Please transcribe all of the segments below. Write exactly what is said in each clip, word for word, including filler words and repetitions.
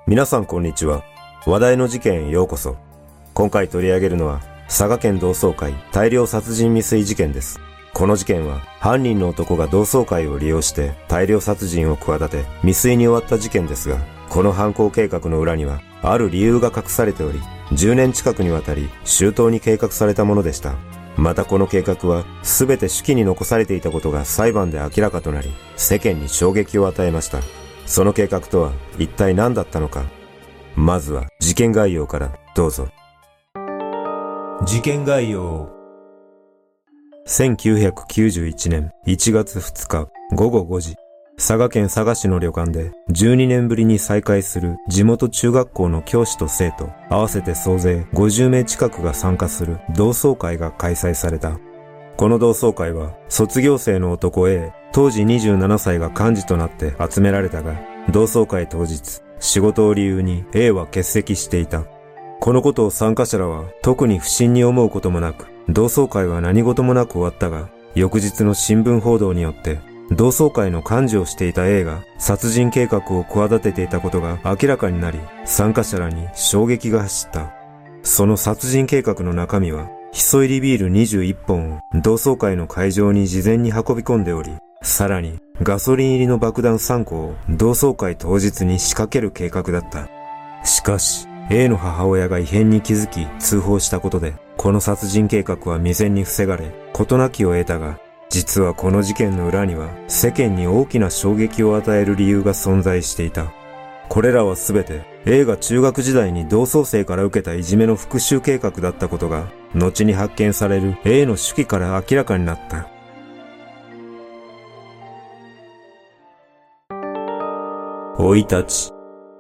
皆さんこんにちは。話題の事件へようこそ。今回取り上げるのは佐賀県同窓会大量殺人未遂事件です。この事件は犯人の男が同窓会を利用して大量殺人を企て未遂に終わった事件ですが、この犯行計画の裏にはある理由が隠されており、じゅうねん近くにわたり周到に計画されたものでした。またこの計画は全て手記に残されていたことが裁判で明らかとなり、世間に衝撃を与えました。その計画とは一体何だったのか。まずは事件概要からどうぞ。事件概要。せんきゅうひゃくきゅうじゅういちねんいちがつふつかごごごじ、佐賀県佐賀市の旅館でじゅうにねんぶりに再会する地元中学校の教師と生徒合わせて総勢ごじゅうめい近くが参加する同窓会が開催された。この同窓会は卒業生の男 A、当時にじゅうななさいが幹事となって集められたが、同窓会当日、仕事を理由に A は欠席していた。このことを参加者らは特に不審に思うこともなく、同窓会は何事もなく終わったが、翌日の新聞報道によって、同窓会の幹事をしていた A が殺人計画を企てていたことが明らかになり、参加者らに衝撃が走った。その殺人計画の中身は、潜入りビールにじゅういっぽんを同窓会の会場に事前に運び込んでおり、さらにガソリン入りの爆弾さんこを同窓会当日に仕掛ける計画だった。しかし A の母親が異変に気づき通報したことで、この殺人計画は未然に防がれ事なきを得たが、実はこの事件の裏には世間に大きな衝撃を与える理由が存在していた。これらはすべて A が中学時代に同窓生から受けたいじめの復讐計画だったことが後に発見される A の手記から明らかになった。生い立ち。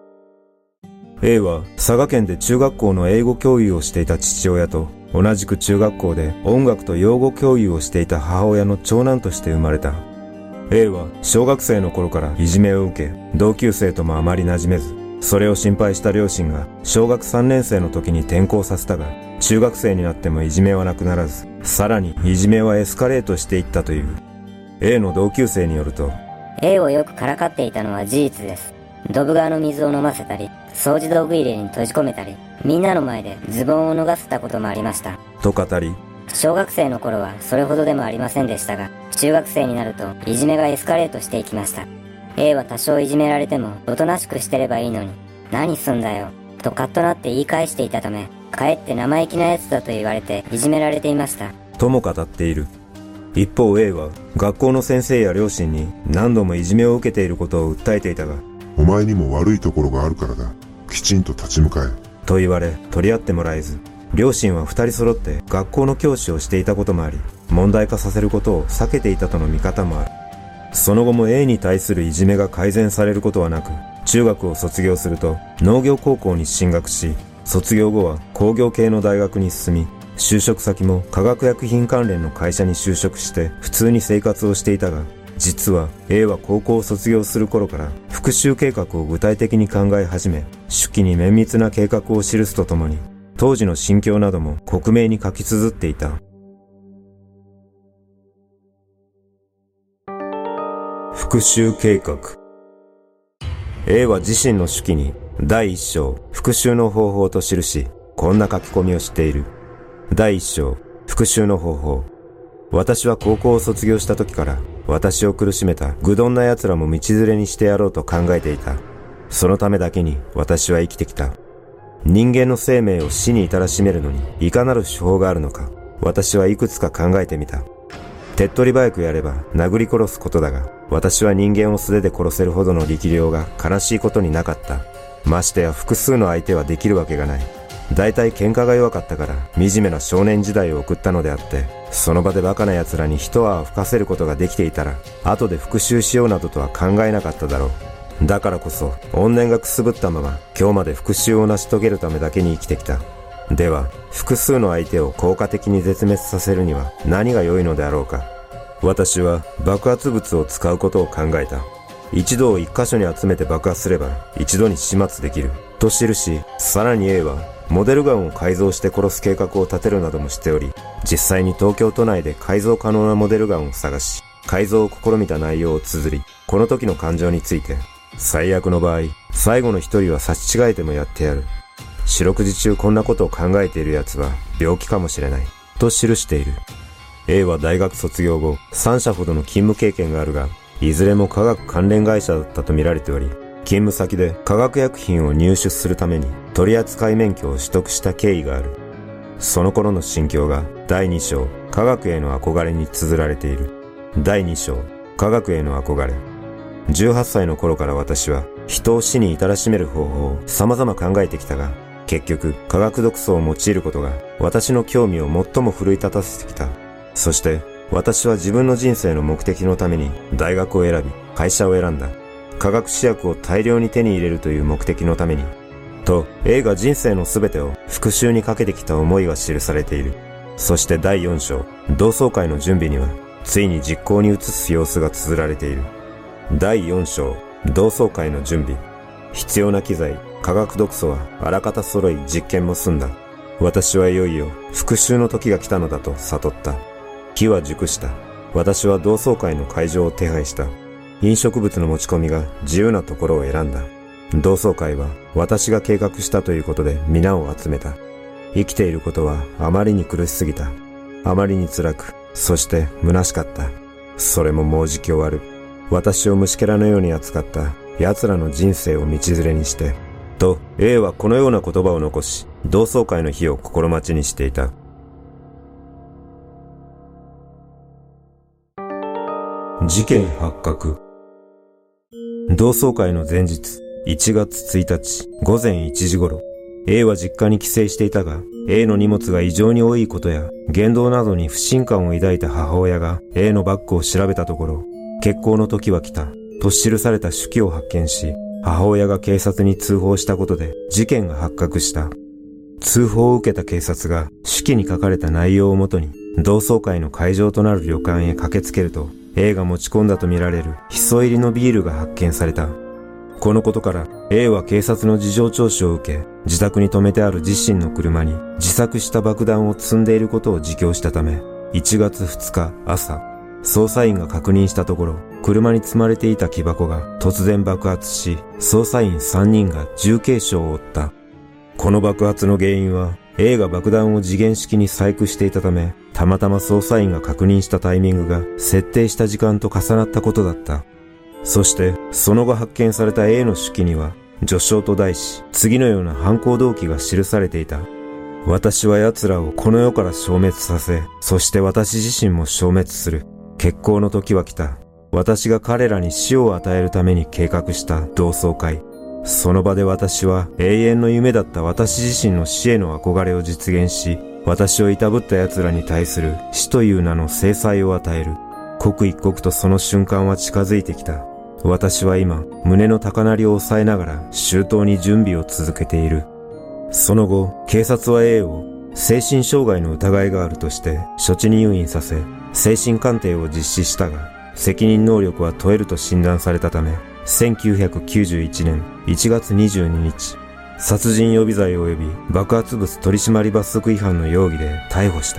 A は佐賀県で中学校の英語教諭をしていた父親と、同じく中学校で音楽と養護教諭をしていた母親の長男として生まれた。A は小学生の頃からいじめを受け、同級生ともあまり馴染めず、それを心配した両親が小学さんねんせいの時に転校させたが、中学生になってもいじめはなくならず、さらにいじめはエスカレートしていったという。A の同級生によると、 A をよくからかっていたのは事実です。ドブ川の水を飲ませたり、掃除道具入れに閉じ込めたり、みんなの前でズボンを脱がせたこともありました。 と語り、 小学生の頃はそれほどでもありませんでしたが、中学生になるといじめがエスカレートしていきました。A は多少いじめられてもおとなしくしてればいいのに、何すんだよとカッとなって言い返していたため、かえって生意気なやつだと言われていじめられていました。 とも語っている。一方 A は学校の先生や両親に何度もいじめを受けていることを訴えていたが、 お前にも悪いところがあるからだ。きちんと立ち向かえ。 と言われ取り合ってもらえず、両親は二人揃って学校の教師をしていたこともあり、問題化させることを避けていたとの見方もある。その後も A に対するいじめが改善されることはなく、中学を卒業すると農業高校に進学し、卒業後は工業系の大学に進み、就職先も化学薬品関連の会社に就職して普通に生活をしていたが、実は A は高校を卒業する頃から復讐計画を具体的に考え始め、手記に綿密な計画を記すとともに、当時の心境なども克明に書き綴っていた。復讐計画。 A は自身の手記にだいいっ章復讐の方法と記し、こんな書き込みをしている。だいいっ章復讐の方法。私は高校を卒業した時から私を苦しめた愚鈍な奴らも道連れにしてやろうと考えていた。そのためだけに私は生きてきた。人間の生命を死に至らしめるのにいかなる手法があるのか、私はいくつか考えてみた。手っ取り早くやれば殴り殺すことだが、私は人間を素手で殺せるほどの力量が悲しいことになかった。ましてや複数の相手はできるわけがない。だいたい喧嘩が弱かったから惨めな少年時代を送ったのであって、その場でバカな奴らに一泡吹かせることができていたら、後で復讐しようなどとは考えなかっただろう。だからこそ怨念がくすぶったまま今日まで復讐を成し遂げるためだけに生きてきた。では複数の相手を効果的に絶滅させるには何が良いのであろうか。私は爆発物を使うことを考えた。一度を一箇所に集めて爆破すれば一度に始末できると記し、さらに A はモデルガンを改造して殺す計画を立てるなどもしており、実際に東京都内で改造可能なモデルガンを探し、改造を試みた内容を綴り、この時の感情について、最悪の場合最後の一人は差し違えてもやってやる。四六時中こんなことを考えている奴は病気かもしれない。と記している。A は大学卒業後、さんしゃほどの勤務経験があるが、いずれも化学関連会社だったと見られており、勤務先で化学薬品を入手するために取扱免許を取得した経緯がある。その頃の心境がだいに章、科学への憧れに綴られている。だいに章、科学への憧れ。じゅうはっさいの頃から私は人を死に至らしめる方法を様々考えてきたが、結局化学毒素を用いることが私の興味を最も奮い立たせてきた。そして私は自分の人生の目的のために大学を選び会社を選んだ。化学試薬を大量に手に入れるという目的のために。と、A が人生のすべてを復讐にかけてきた思いが記されている。そしてだいよん章、同窓会の準備にはついに実行に移す様子が綴られている。だいよん章、同窓会の準備。必要な機材、化学毒素はあらかた揃い実験も済んだ。私はいよいよ復讐の時が来たのだと悟った。機は熟した。私は同窓会の会場を手配した。飲食物の持ち込みが自由なところを選んだ。同窓会は私が計画したということで皆を集めた。生きていることはあまりに苦しすぎた。あまりに辛く、そして虚しかった。それももうじき終わる。私を虫けらのように扱った奴らの人生を道連れにして。と、A はこのような言葉を残し、同窓会の日を心待ちにしていた。事件発覚。同窓会の前日、いちがつついたち、ごぜんいちじ頃、A は実家に帰省していたが、A の荷物が異常に多いことや、言動などに不信感を抱いた母親が A のバッグを調べたところ、決行の時は来た、と記された手記を発見し、母親が警察に通報したことで事件が発覚した。通報を受けた警察が手記に書かれた内容をもとに、同窓会の会場となる旅館へ駆けつけると、A が持ち込んだとみられるヒ素入りのビールが発見された。このことから A は警察の事情聴取を受け、自宅に止めてある自身の車に自作した爆弾を積んでいることを自供したため、いちがつふつか朝、捜査員が確認したところ、車に積まれていた木箱が突然爆発し、捜査員さんにんが重軽傷を負った。この爆発の原因は A が爆弾を時限式に細工していたため、たまたま捜査員が確認したタイミングが設定した時間と重なったことだった。そして、その後発見された A の手記には、序章と題し、次のような犯行動機が記されていた。私は奴らをこの世から消滅させ、そして私自身も消滅する。決行の時は来た。私が彼らに死を与えるために計画した同窓会。その場で私は永遠の夢だった私自身の死への憧れを実現し、私をいたぶった奴らに対する死という名の制裁を与える。刻一刻とその瞬間は近づいてきた。私は今、胸の高鳴りを抑えながら周到に準備を続けている。その後、警察は A を精神障害の疑いがあるとして処置に入院させ、精神鑑定を実施したが、責任能力は問えると診断されたため、せんきゅうひゃくきゅうじゅういちねんいちがつにじゅうににち、殺人予備罪及び爆発物取締罰則違反の容疑で逮捕した。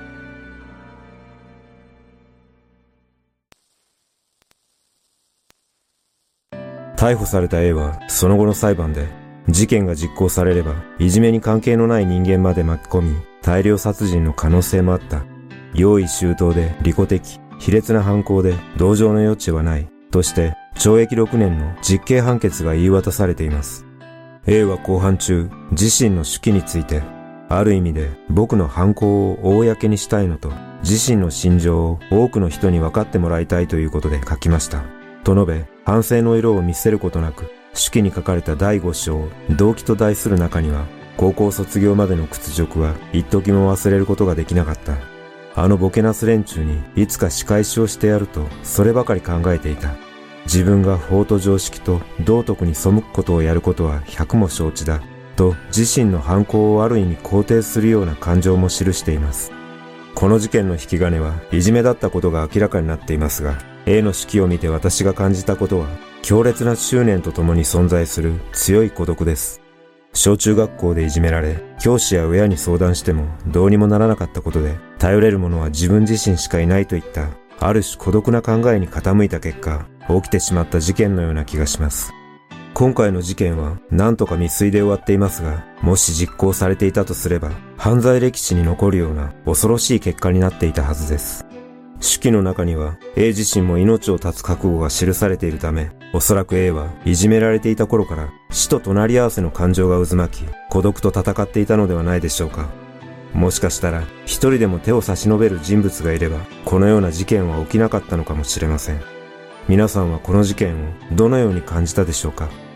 逮捕された A はその後の裁判で、事件が実行されればいじめに関係のない人間まで巻き込み大量殺人の可能性もあった。用意周到で利己的、卑劣な犯行で同情の余地はないとして懲役ろくねんの実刑判決が言い渡されています。A は公判中、自身の手記について、ある意味で僕の犯行を公にしたいのと、自身の心情を多くの人に分かってもらいたいということで書きました。と述べ、反省の色を見せることなく、手記に書かれただいご章、動機と題する中には、高校卒業までの屈辱は一時も忘れることができなかった。あのボケナス連中にいつか仕返しをしてやると、そればかり考えていた。自分が法と常識と道徳に背くことをやることは百も承知だ。と自身の犯行をある意味肯定するような感情も記しています。この事件の引き金はいじめだったことが明らかになっていますが、A の手記を見て私が感じたことは、強烈な執念とともに存在する強い孤独です。小中学校でいじめられ、教師や親に相談してもどうにもならなかったことで、頼れる者は自分自身しかいないといった、ある種孤独な考えに傾いた結果、起きてしまった事件のような気がします。 今回の事件は何とか未遂で終わっていますが、もし実行されていたとすれば、犯罪歴史に残るような恐ろしい結果になっていたはずです。手記の中には A 自身も命を絶つ覚悟が記されているため、おそらく A はいじめられていた頃から死と隣り合わせの感情が渦巻き、孤独と戦っていたのではないでしょうか。もしかしたら一人でも手を差し伸べる人物がいれば、このような事件は起きなかったのかもしれません。皆さんはこの事件をどのように感じたでしょうか。